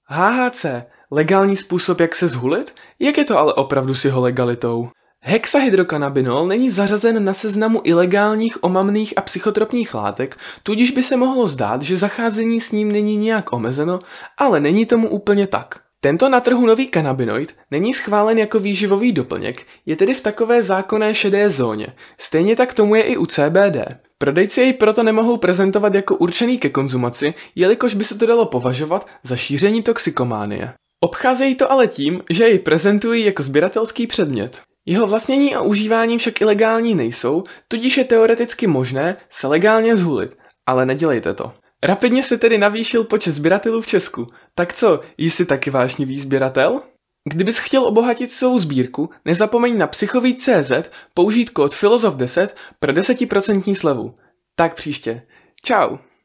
HHC, legální způsob, jak se zhulit? Jak je to ale opravdu s jeho legalitou? Hexahydrokanabinol není zařazen na seznamu ilegálních omamných a psychotropních látek, tudíž by se mohlo zdát, že zacházení s ním není nijak omezeno, ale není tomu úplně tak. Tento na trhu nový kanabinoid není schválen jako výživový doplněk, je tedy v takové zákonné šedé zóně. Stejně tak tomu je i u CBD. Prodejci jej proto nemohou prezentovat jako určený ke konzumaci, jelikož by se to dalo považovat za šíření toxikománie. Obcházejí to ale tím, že jej prezentují jako sběratelský předmět. Jeho vlastnění a užívání však ilegální nejsou, tudíž je teoreticky možné se legálně zhulit, ale nedělejte to. Rapidně se tedy navýšil počet sběratelů v Česku. Tak co, jsi taky vášnivý sběratel? Kdybys chtěl obohatit svou sbírku, nezapomeň na psychový.cz použít kód FILOZOF10 pro 10% slevu. Tak příště. Čau.